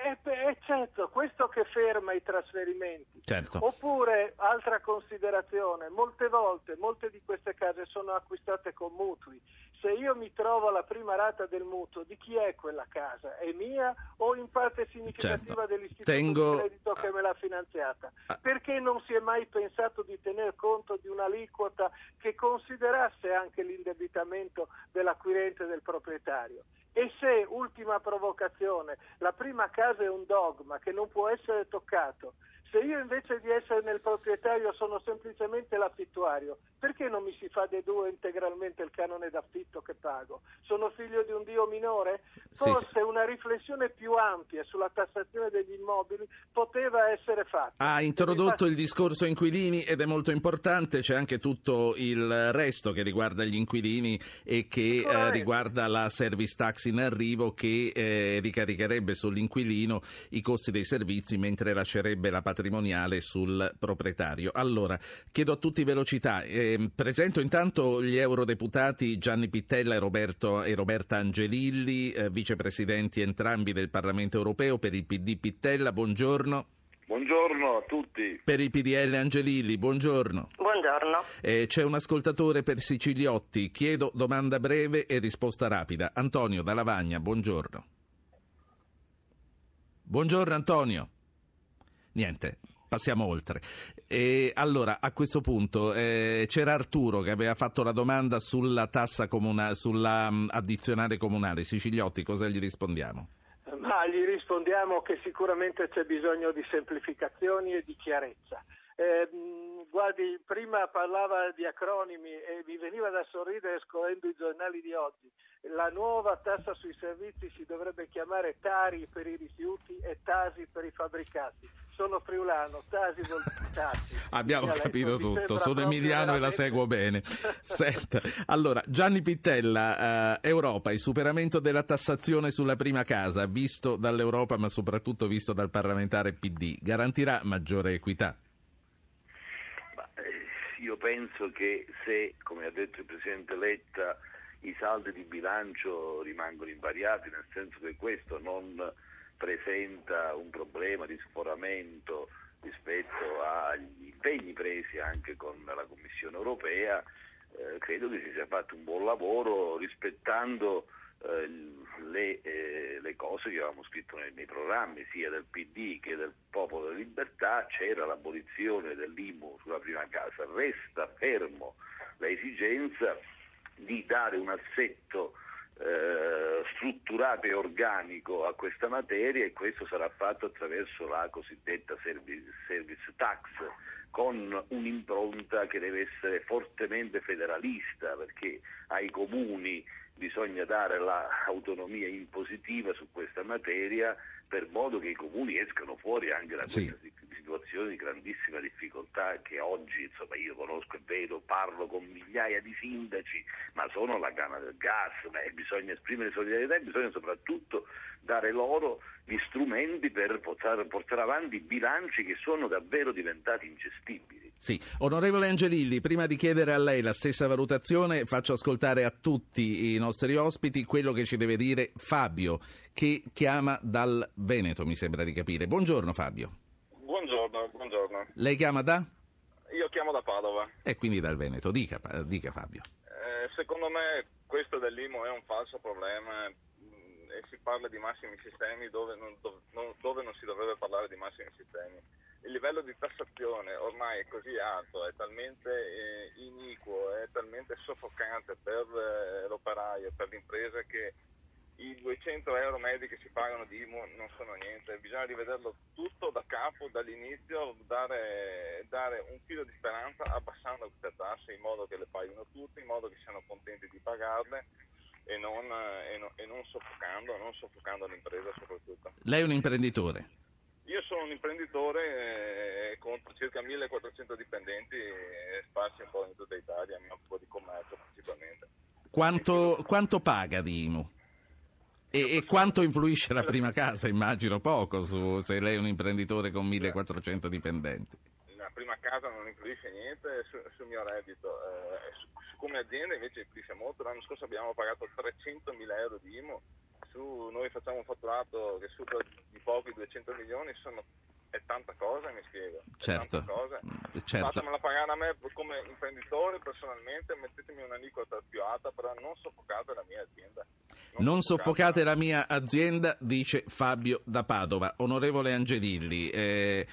Certo, questo che ferma i trasferimenti. Certo. Oppure, altra considerazione, molte volte, molte di queste case sono acquistate con mutui. Se io mi trovo alla prima rata del mutuo, di chi è quella casa? È mia o in parte significativa dell'istituto di credito che me l'ha finanziata? Perché non si è mai pensato di tener conto di un'aliquota che considerasse anche l'indebitamento dell'acquirente e del proprietario? E se, ultima provocazione, la prima casa è un dogma che non può essere toccato, se io invece di essere nel proprietario sono semplicemente l'affittuario, perché non mi si fa dedurre integralmente il canone d'affitto che pago? Sono figlio di un dio minore? Forse una riflessione più ampia sulla tassazione degli immobili poteva essere fatta. Ha introdotto il discorso inquilini ed è molto importante, c'è anche tutto il resto che riguarda gli inquilini e che riguarda la service tax in arrivo che ricaricherebbe sull'inquilino i costi dei servizi mentre lascerebbe la patrimoniale sul proprietario. Allora, chiedo a tutti velocità. Presento intanto gli eurodeputati Gianni Pittella e Roberta Angelilli, vicepresidenti entrambi del Parlamento europeo. Per il PD Pittella, buongiorno. Buongiorno a tutti. Per il PDL Angelilli, buongiorno. Buongiorno. C'è un ascoltatore per Siciliotti, chiedo domanda breve e risposta rapida. Antonio da Lavagna, buongiorno. Buongiorno Antonio. Niente. Passiamo oltre. Allora, a questo punto c'era Arturo che aveva fatto la domanda sulla tassa comunale, sulla addizionale comunale. Siciliotti, cosa gli rispondiamo? Ma gli rispondiamo che sicuramente c'è bisogno di semplificazioni e di chiarezza. Guardi, prima parlava di acronimi e mi veniva da sorridere scorrendo i giornali di oggi. La nuova tassa sui servizi si dovrebbe chiamare Tari per i rifiuti e Tasi per i fabbricati. Sono friulano, Tasi vuol dire tassi. Abbiamo capito tutto, sono emiliano e la seguo bene. Senta, allora, Gianni Pittella, Europa, il superamento della tassazione sulla prima casa, visto dall'Europa ma soprattutto visto dal parlamentare PD, garantirà maggiore equità? Io penso che se, come ha detto il Presidente Letta, i saldi di bilancio rimangono invariati, nel senso che questo non presenta un problema di sforamento rispetto agli impegni presi anche con la Commissione europea. Credo che si sia fatto un buon lavoro rispettando le cose che avevamo scritto nei programmi sia del PD che del Popolo della Libertà. C'era l'abolizione dell'IMU sulla prima casa, resta fermo l'esigenza di dare un assetto strutturato e organico a questa materia, e questo sarà fatto attraverso la cosiddetta service tax, con un'impronta che deve essere fortemente federalista, perché ai comuni bisogna dare l'autonomia impositiva su questa materia, per modo che i comuni escano fuori anche da questa situazione di grandissima difficoltà che oggi, insomma, io conosco, è vero, parlo con migliaia di sindaci, ma sono la canna del gas, bisogna esprimere solidarietà e bisogna soprattutto dare loro gli strumenti per portare avanti bilanci che sono davvero diventati ingestibili. Sì, onorevole Angelilli, prima di chiedere a lei la stessa valutazione, faccio ascoltare a tutti i nostri ospiti quello che ci deve dire Fabio, che chiama dal Veneto, mi sembra di capire. Buongiorno Fabio. Buongiorno. Lei chiama da? Io chiamo da Padova. E quindi dal Veneto, dica Fabio. Secondo me questo dell'IMU è un falso problema e si parla di massimi sistemi dove non si dovrebbe parlare di massimi sistemi. Il livello di tassazione ormai è così alto, è talmente iniquo, è talmente soffocante per l'operaio, per l'impresa, che i 200 euro medi che si pagano di IMU non sono niente. Bisogna rivederlo tutto da capo, dall'inizio, dare un filo di speranza abbassando queste tasse in modo che le paghino tutti, in modo che siano contenti di pagarle e non soffocando l'impresa soprattutto. Lei è un imprenditore? Io sono un imprenditore con circa 1400 dipendenti sparsi un po' in tutta Italia, mi occupo di commercio principalmente. Quanto paga di IMU? E quanto influisce la prima casa? Immagino poco, se lei è un imprenditore con 1400 dipendenti. La prima casa non influisce niente sul mio reddito, come azienda invece influisce molto. L'anno scorso abbiamo pagato 300.000 euro di IMU, noi facciamo un fatturato che supera di pochi 200 milioni, è tanta cosa, mi spiego. Certo. Fatemela pagare a me come imprenditore personalmente, mettetemi un'aliquota più alta, però non soffocate la mia azienda. Non soffocate la mia azienda, dice Fabio da Padova. Onorevole Angelilli, è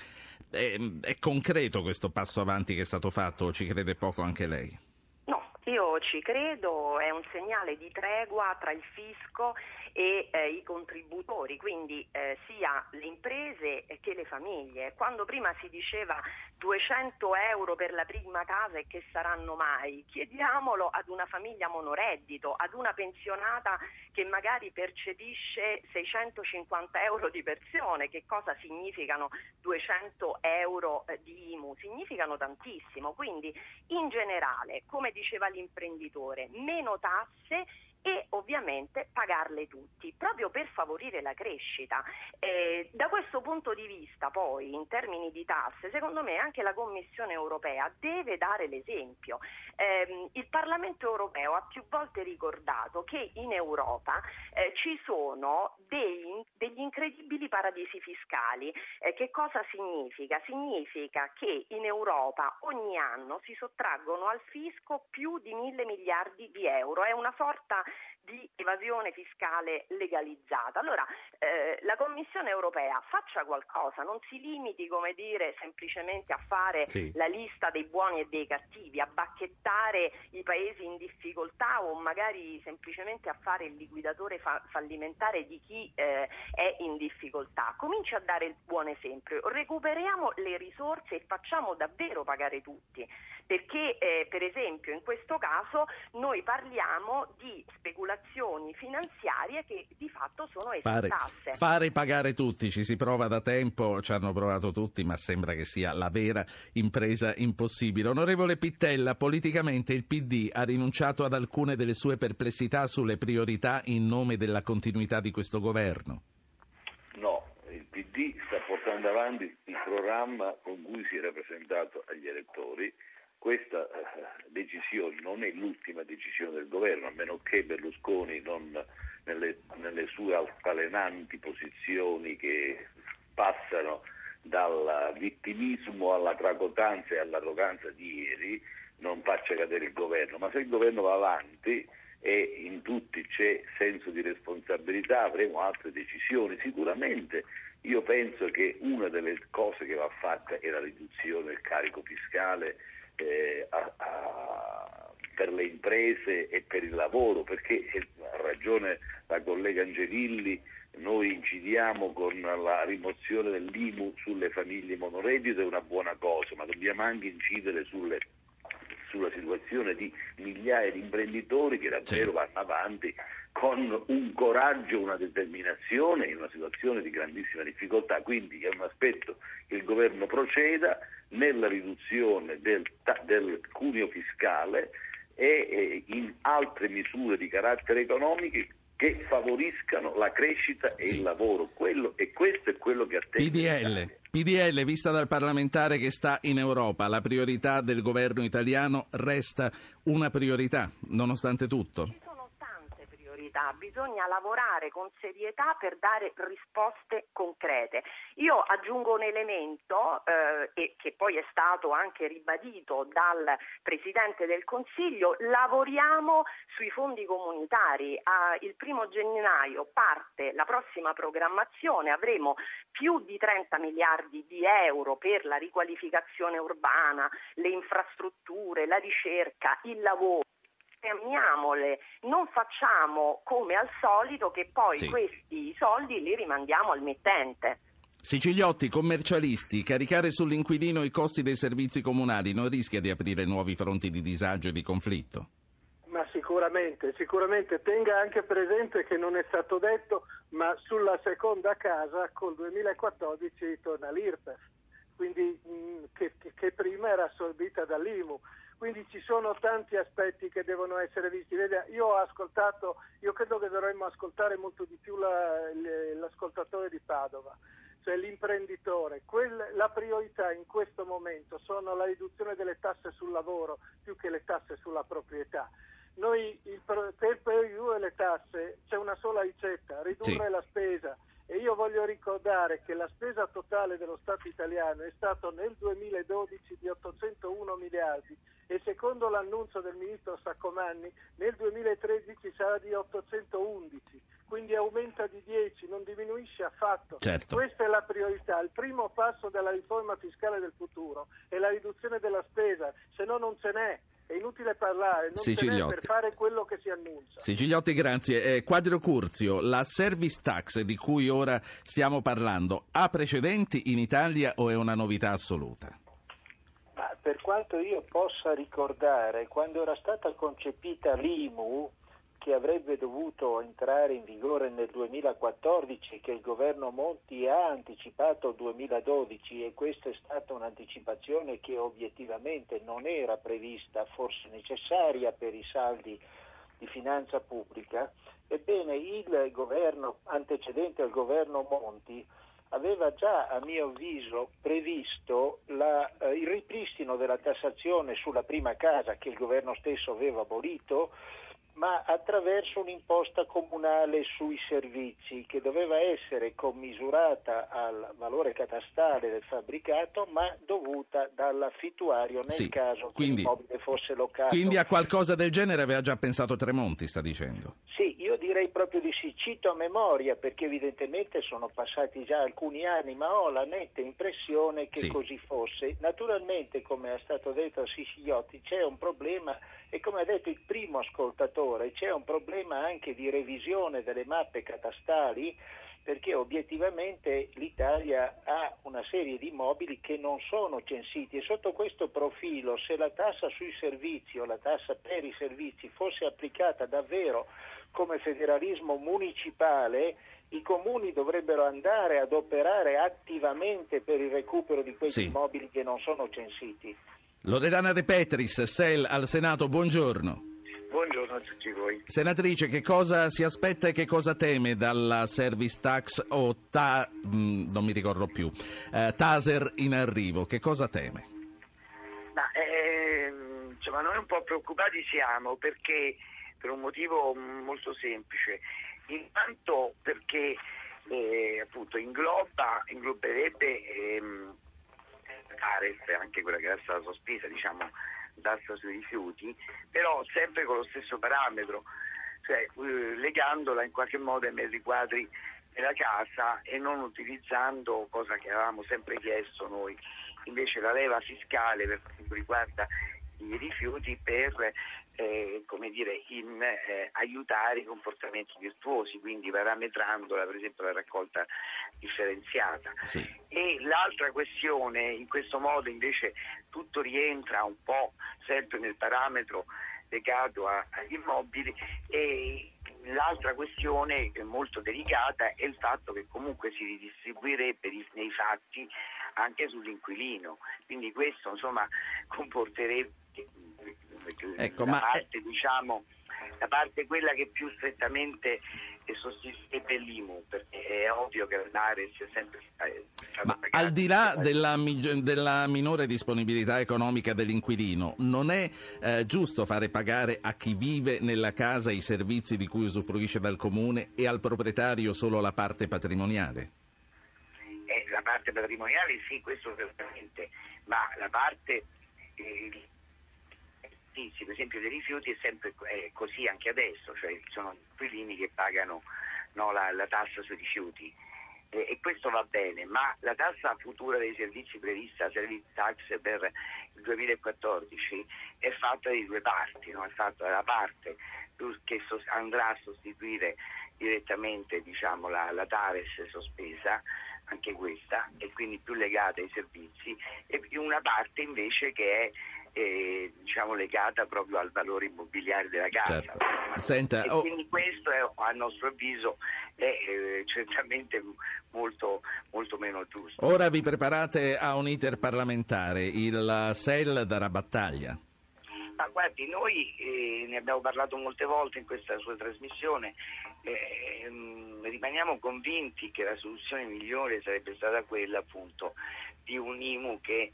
concreto questo passo avanti che è stato fatto, o ci crede poco anche lei? No, io ci credo, è un segnale di tregua tra il fisco e i contributori, quindi sia le imprese che le famiglie. Quando prima si diceva 200 euro per la prima casa e che saranno mai, chiediamolo ad una famiglia monoreddito, ad una pensionata che magari percepisce 650 euro di pensione. Che cosa significano 200 euro di IMU? Significano tantissimo, quindi in generale, come diceva l'imprenditore, meno tasse e ovviamente pagarle tutti, proprio per favorire la crescita. Da questo punto di vista poi, in termini di tasse, secondo me anche la Commissione europea deve dare l'esempio. Il Parlamento europeo ha più volte ricordato che in Europa ci sono degli incredibili paradisi fiscali. Che cosa significa? Significa che in Europa ogni anno si sottraggono al fisco più di 1.000 miliardi di euro. È una sorta di evasione fiscale legalizzata. Allora la Commissione europea faccia qualcosa, non si limiti, come dire, semplicemente a fare la lista dei buoni e dei cattivi, a bacchettare i paesi in difficoltà o magari semplicemente a fare il liquidatore fallimentare di chi è in difficoltà. Cominci a dare il buon esempio, recuperiamo le risorse e facciamo davvero pagare tutti, perché per esempio in questo caso noi parliamo di speculazioni finanziarie che di fatto sono tasse. Fare pagare tutti, ci si prova da tempo, ci hanno provato tutti, ma sembra che sia la vera impresa impossibile. Onorevole Pittella, politicamente il PD ha rinunciato ad alcune delle sue perplessità sulle priorità in nome della continuità di questo governo? No, il PD sta portando avanti il programma con cui si era presentato agli elettori. Questa decisione non è l'ultima decisione del governo, a meno che Berlusconi non nelle sue altalenanti posizioni che passano dal vittimismo alla tracotanza e all'arroganza di ieri non faccia cadere il governo, ma se il governo va avanti e in tutti c'è senso di responsabilità avremo altre decisioni. Sicuramente io penso che una delle cose che va fatta è la riduzione del carico fiscale per le imprese e per il lavoro, perché ha ragione la collega Angelilli, noi incidiamo con la rimozione dell'IMU sulle famiglie monoreddito, è una buona cosa, ma dobbiamo anche incidere sulla situazione di migliaia di imprenditori che davvero vanno avanti con un coraggio, una determinazione in una situazione di grandissima difficoltà. Quindi è un aspetto che il governo proceda nella riduzione del cuneo fiscale e in altre misure di carattere economico che favoriscano la crescita e il lavoro. Questo è quello che attende. PDL, vista dal parlamentare che sta in Europa, la priorità del governo italiano resta una priorità, nonostante tutto? Bisogna lavorare con serietà per dare risposte concrete. Io aggiungo un elemento che poi è stato anche ribadito dal Presidente del Consiglio: lavoriamo sui fondi comunitari. Il 1° gennaio parte la prossima programmazione, avremo più di 30 miliardi di euro per la riqualificazione urbana, le infrastrutture, la ricerca, il lavoro. Fermiamole, non facciamo come al solito che poi questi soldi li rimandiamo al mittente. Siciliotti, commercialisti, caricare sull'inquilino i costi dei servizi comunali non rischia di aprire nuovi fronti di disagio e di conflitto? Ma sicuramente tenga anche presente che non è stato detto, ma sulla seconda casa col 2014 torna l'IRPEF, quindi che prima era assorbita dall'IMU. Quindi ci sono tanti aspetti che devono essere visti. Vede, io credo che dovremmo ascoltare molto di più l'ascoltatore di Padova, cioè l'imprenditore. La priorità in questo momento sono la riduzione delle tasse sul lavoro più che le tasse sulla proprietà. Per ridurre le tasse c'è una sola ricetta: ridurre la spesa. E io voglio ricordare che la spesa totale dello Stato italiano è stata nel 2012 di 801 miliardi e secondo l'annuncio del ministro Saccomanni nel 2013 sarà di 811, quindi aumenta di 10, non diminuisce affatto. Certo. Questa è la priorità. Il primo passo della riforma fiscale del futuro è la riduzione della spesa, se no non ce n'è. È inutile parlare, non ce n'è per fare quello che si annuncia. Siciliotti, grazie. Quadrio Curzio, la service tax di cui ora stiamo parlando ha precedenti in Italia o è una novità assoluta? Ma per quanto io possa ricordare, quando era stata concepita l'IMU, che avrebbe dovuto entrare in vigore nel 2014, che il governo Monti ha anticipato al 2012, e questa è stata un'anticipazione che obiettivamente non era prevista, forse necessaria per i saldi di finanza pubblica. Ebbene, il governo antecedente al governo Monti aveva già, a mio avviso, previsto il ripristino della tassazione sulla prima casa, che il governo stesso aveva abolito, ma attraverso un'imposta comunale sui servizi che doveva essere commisurata al valore catastale del fabbricato, ma dovuta dall'affittuario nel caso che l'immobile fosse locato. Quindi a qualcosa del genere aveva già pensato Tremonti, sta dicendo? Sì, io direi proprio di sì. Cito a memoria perché evidentemente sono passati già alcuni anni, ma ho la netta impressione che così fosse. Naturalmente, come è stato detto a Siciliotti, c'è un problema, e come ha detto il primo ascoltatore, c'è un problema anche di revisione delle mappe catastali, perché obiettivamente l'Italia ha una serie di immobili che non sono censiti, e sotto questo profilo, se la tassa sui servizi o la tassa per i servizi fosse applicata davvero come federalismo municipale, i comuni dovrebbero andare ad operare attivamente per il recupero di questi immobili che non sono censiti. Loredana De Petris, SEL al Senato, buongiorno. Buongiorno a tutti voi. Senatrice, che cosa si aspetta e che cosa teme dalla service tax o non mi ricordo più, Taser in arrivo? Che cosa teme? Insomma, noi un po' preoccupati siamo perché per un motivo molto semplice, intanto perché appunto ingloberebbe resta anche quella che era stata sospesa, diciamo, tassa sui rifiuti, però sempre con lo stesso parametro, cioè legandola in qualche modo ai metri quadri della casa e non utilizzando, cosa che avevamo sempre chiesto noi, invece la leva fiscale per quanto riguarda i rifiuti per aiutare i comportamenti virtuosi, quindi parametrandola, per esempio la raccolta differenziata. Sì. E l'altra questione, in questo modo invece tutto rientra un po' sempre nel parametro legato agli immobili, e l'altra questione molto delicata è il fatto che comunque si ridistribuirebbe nei fatti anche sull'inquilino, quindi questo insomma comporterebbe la parte quella che più strettamente sostituirebbe l'IMU, perché è ovvio che l'ARES è sempre ma al di là della minore disponibilità economica dell'inquilino, non è giusto fare pagare a chi vive nella casa i servizi di cui usufruisce dal comune e al proprietario solo la parte patrimoniale? La parte patrimoniale sì, questo certamente, ma la parte per esempio dei rifiuti è sempre così anche adesso, cioè sono gli inquilini che pagano la tassa sui rifiuti, e questo va bene, ma la tassa futura dei servizi prevista, Service Tax per il 2014, è fatta di due parti, no? È fatta dalla parte che andrà a sostituire direttamente, diciamo, la TARES sospesa, anche questa, e quindi più legata ai servizi, e una parte invece che è legata proprio al valore immobiliare della casa. Certo. Senta, quindi questo a nostro avviso è certamente molto, molto meno giusto. Ora vi preparate a un iter parlamentare, il SEL darà battaglia? Ma guardi, noi ne abbiamo parlato molte volte in questa sua trasmissione, rimaniamo convinti che la soluzione migliore sarebbe stata quella appunto di un IMU che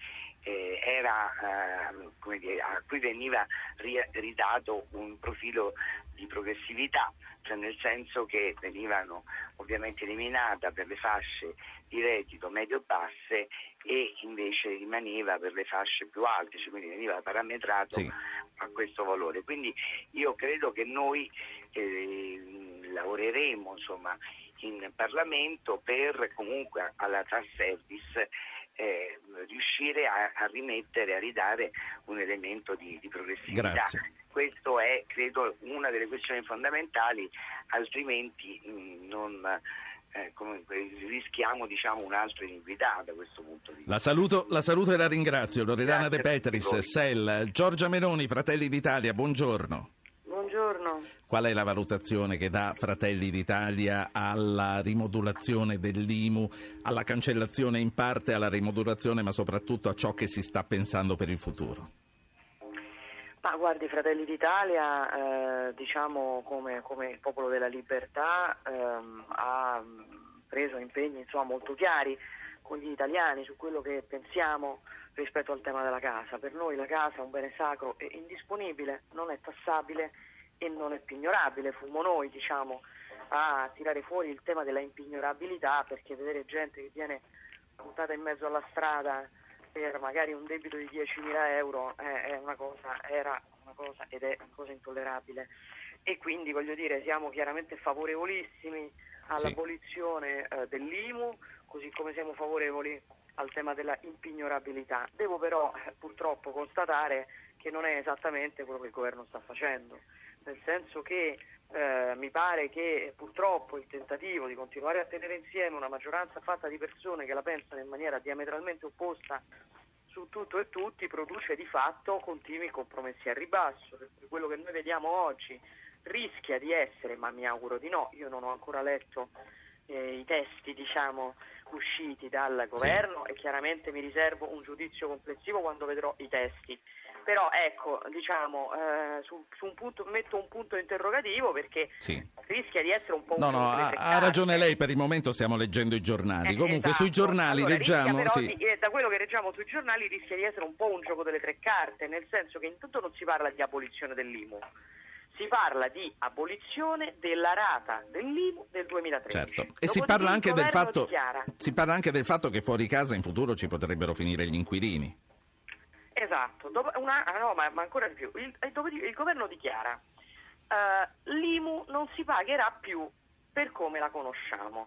a cui veniva ridato un profilo di progressività, cioè nel senso che venivano ovviamente eliminata per le fasce di reddito medio-basse e invece rimaneva per le fasce più alte, cioè quindi veniva parametrato a questo valore. Quindi io credo che noi lavoreremo insomma in Parlamento per comunque alla tax service riuscire a rimettere, a ridare un elemento di progressività. Grazie. Questo è, credo, una delle questioni fondamentali, altrimenti rischiamo, diciamo, un'altra iniquità da questo punto di vista. La saluto e la ringrazio. Loredana De Petris, SEL. Giorgia Meloni, Fratelli d'Italia, buongiorno. Buongiorno. Qual è la valutazione che dà Fratelli d'Italia alla rimodulazione dell'IMU, alla cancellazione in parte, alla rimodulazione, ma soprattutto a ciò che si sta pensando per il futuro? Ma guardi, Fratelli d'Italia, diciamo come il Popolo della Libertà, ha preso impegni insomma molto chiari con gli italiani su quello che pensiamo rispetto al tema della casa. Per noi la casa è un bene sacro e indisponibile, non è tassabile e non è pignorabile. Fummo noi, diciamo, a tirare fuori il tema della impignorabilità, perché vedere gente che viene buttata in mezzo alla strada per magari un debito di 10.000 euro era una cosa ed è una cosa intollerabile. E quindi, voglio dire, siamo chiaramente favorevolissimi all'abolizione dell'IMU, così come siamo favorevoli al tema della impignorabilità. Devo però purtroppo constatare che non è esattamente quello che il governo sta facendo, nel senso che mi pare che purtroppo il tentativo di continuare a tenere insieme una maggioranza fatta di persone che la pensano in maniera diametralmente opposta su tutto e tutti produce di fatto continui compromessi al ribasso. Quello che noi vediamo oggi rischia di essere, ma mi auguro di no, io non ho ancora letto i testi, diciamo, usciti dal governo, e chiaramente mi riservo un giudizio complessivo quando vedrò i testi. Però ecco, diciamo, su un punto metto un punto interrogativo, perché rischia di essere un po' ha ragione lei, per il momento stiamo leggendo i giornali. Comunque sui giornali leggiamo da quello che leggiamo sui giornali rischia di essere un po' un gioco delle tre carte, nel senso che intanto non si parla di abolizione dell'IMU, si parla di abolizione della rata dell'IMU del 2013. Certo. E si parla anche del fatto che fuori casa in futuro ci potrebbero finire gli inquilini. Esatto, ma ancora di più, il governo dichiara l'IMU non si pagherà più per come la conosciamo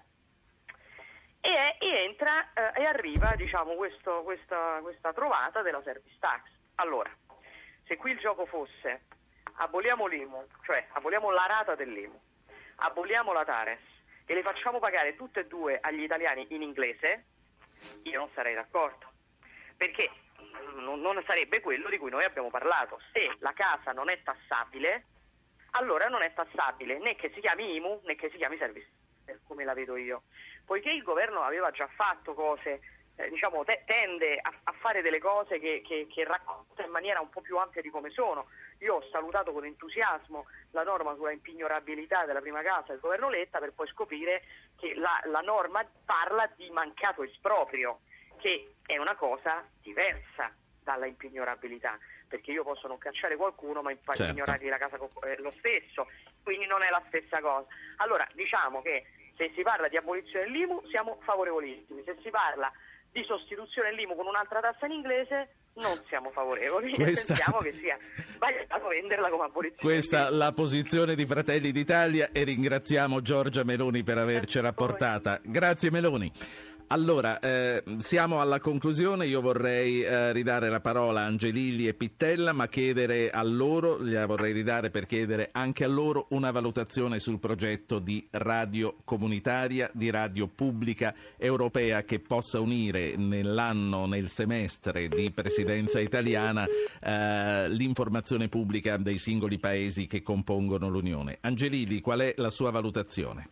e entra e arriva, diciamo, questa trovata della service tax. Allora, se qui il gioco fosse aboliamo l'IMU, cioè aboliamo la rata dell'IMU, aboliamo la TARES e le facciamo pagare tutte e due agli italiani in inglese, io non sarei d'accordo, perché non sarebbe quello di cui noi abbiamo parlato. Se la casa non è tassabile, allora non è tassabile né che si chiami IMU né che si chiami service, come la vedo io. Poiché il governo aveva già fatto cose, tende a fare delle cose che racconta in maniera un po' più ampia di come sono. Io ho salutato con entusiasmo la norma sulla impignorabilità della prima casa del governo Letta, per poi scoprire che la norma parla di mancato esproprio, che è una cosa diversa dalla impignorabilità, perché io posso non cacciare qualcuno ma impignorargli la casa lo stesso, quindi non è la stessa cosa. Allora diciamo che se si parla di abolizione dell'IMU siamo favorevolissimi, se si parla di sostituzione dell'IMU con un'altra tassa in inglese non siamo favorevoli, pensiamo che sia sbagliato venderla come abolizione. Questa la posizione di Fratelli d'Italia e ringraziamo Giorgia Meloni per avercela portata. Grazie Meloni. Allora, siamo alla conclusione, io vorrei ridare la parola a Angelilli e Pittella, ma chiedere a loro, gliela vorrei ridare per chiedere anche a loro una valutazione sul progetto di radio comunitaria, di radio pubblica europea che possa unire nel semestre di presidenza italiana l'informazione pubblica dei singoli paesi che compongono l'Unione. Angelilli, qual è la sua valutazione?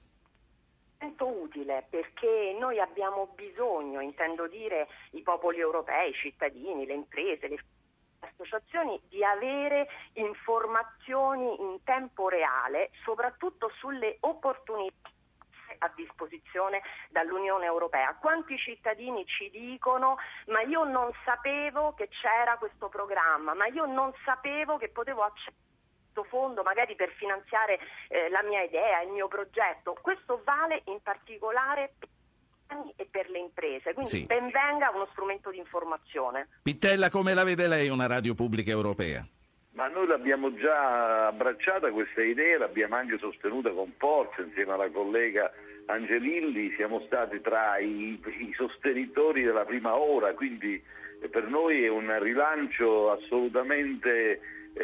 Utile, perché noi abbiamo bisogno, intendo dire i popoli europei, i cittadini, le imprese, le associazioni, di avere informazioni in tempo reale, soprattutto sulle opportunità a disposizione dall'Unione Europea. Quanti cittadini ci dicono: ma io non sapevo che c'era questo programma, ma io non sapevo che potevo accedere fondo magari per finanziare la mia idea, il mio progetto. Questo vale in particolare per e per le imprese, quindi ben venga uno strumento di informazione. Pittella, come la vede lei una radio pubblica europea? Ma noi l'abbiamo già abbracciata questa idea, l'abbiamo anche sostenuta con forza insieme alla collega Angelilli, siamo stati tra i sostenitori della prima ora, quindi per noi è un rilancio assolutamente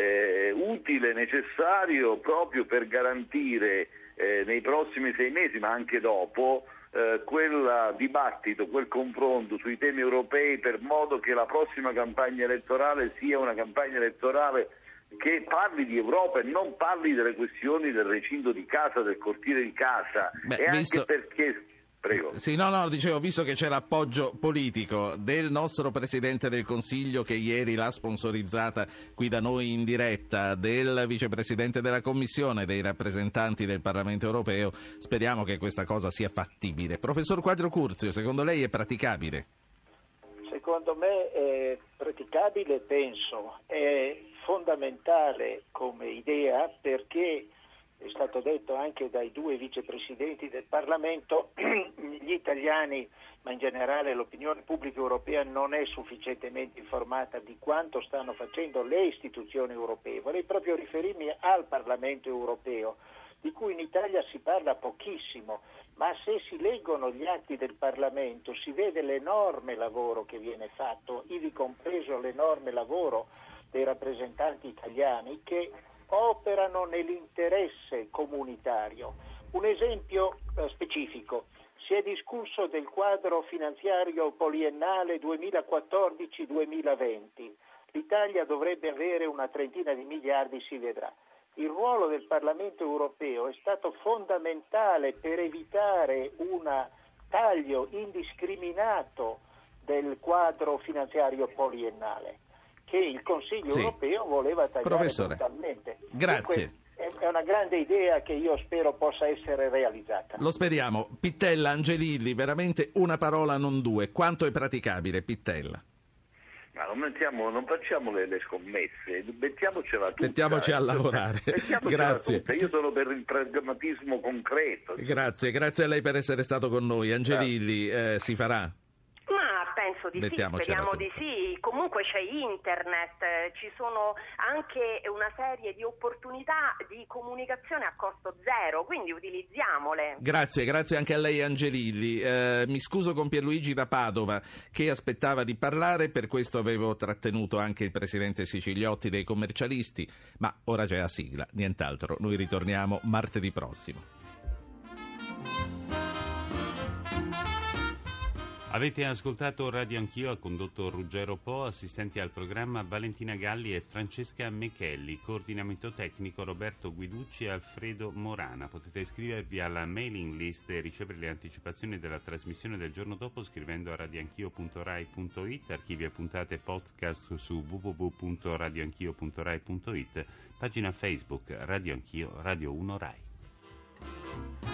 utile, necessario, proprio per garantire nei prossimi 6 mesi, ma anche dopo, quel dibattito, quel confronto sui temi europei, per modo che la prossima campagna elettorale sia una campagna elettorale che parli di Europa e non parli delle questioni del recinto di casa, del cortile di casa. E anche perché... Prego. Sì, dicevo, visto che c'è l'appoggio politico del nostro Presidente del Consiglio, che ieri l'ha sponsorizzata qui da noi in diretta, del Vicepresidente della Commissione, dei rappresentanti del Parlamento Europeo, speriamo che questa cosa sia fattibile. Professor Quadrio Curzio, secondo lei è praticabile? Secondo me è praticabile, penso, è fondamentale come idea, perché è stato detto anche dai 2 vicepresidenti del Parlamento, gli italiani, ma in generale l'opinione pubblica europea, non è sufficientemente informata di quanto stanno facendo le istituzioni europee. Vorrei proprio riferirmi al Parlamento europeo, di cui in Italia si parla pochissimo, ma se si leggono gli atti del Parlamento si vede l'enorme lavoro che viene fatto, ivi compreso l'enorme lavoro dei rappresentanti italiani che operano nell'interesse comunitario. Un esempio specifico: si è discusso del quadro finanziario poliennale 2014-2020. L'Italia dovrebbe avere una trentina di miliardi, si vedrà. Il ruolo del Parlamento europeo è stato fondamentale per evitare un taglio indiscriminato del quadro finanziario poliennale, che il Consiglio europeo voleva tagliare. Professore, totalmente. grazie. È una grande idea che io spero possa essere realizzata. Lo speriamo. Pittella, Angelilli, veramente una parola, non 2. Quanto è praticabile, Pittella? Ma non facciamo le scommesse, mettiamocela tutta. Mettiamoci a lavorare. Grazie. Tutta. Io sono per il pragmatismo concreto. Grazie a lei per essere stato con noi. Angelilli, si farà? penso di Mettiamocela speriamo tutta. di sì. Comunque c'è internet, ci sono anche una serie di opportunità di comunicazione a costo zero, quindi utilizziamole. Grazie anche a lei Angelilli. Mi scuso con Pierluigi da Padova che aspettava di parlare, per questo avevo trattenuto anche il presidente Siciliotti dei commercialisti, ma ora c'è la sigla, nient'altro. Noi ritorniamo martedì prossimo. Avete ascoltato Radio Anch'io, ha condotto Ruggero Po, assistenti al programma Valentina Galli e Francesca Mechelli, coordinamento tecnico Roberto Guiducci e Alfredo Morana. Potete iscrivervi alla mailing list e ricevere le anticipazioni della trasmissione del giorno dopo scrivendo a radioanchio.rai.it, archivi e puntate podcast su www.radioanchio.rai.it, pagina Facebook Radio Anch'io, Radio 1 Rai.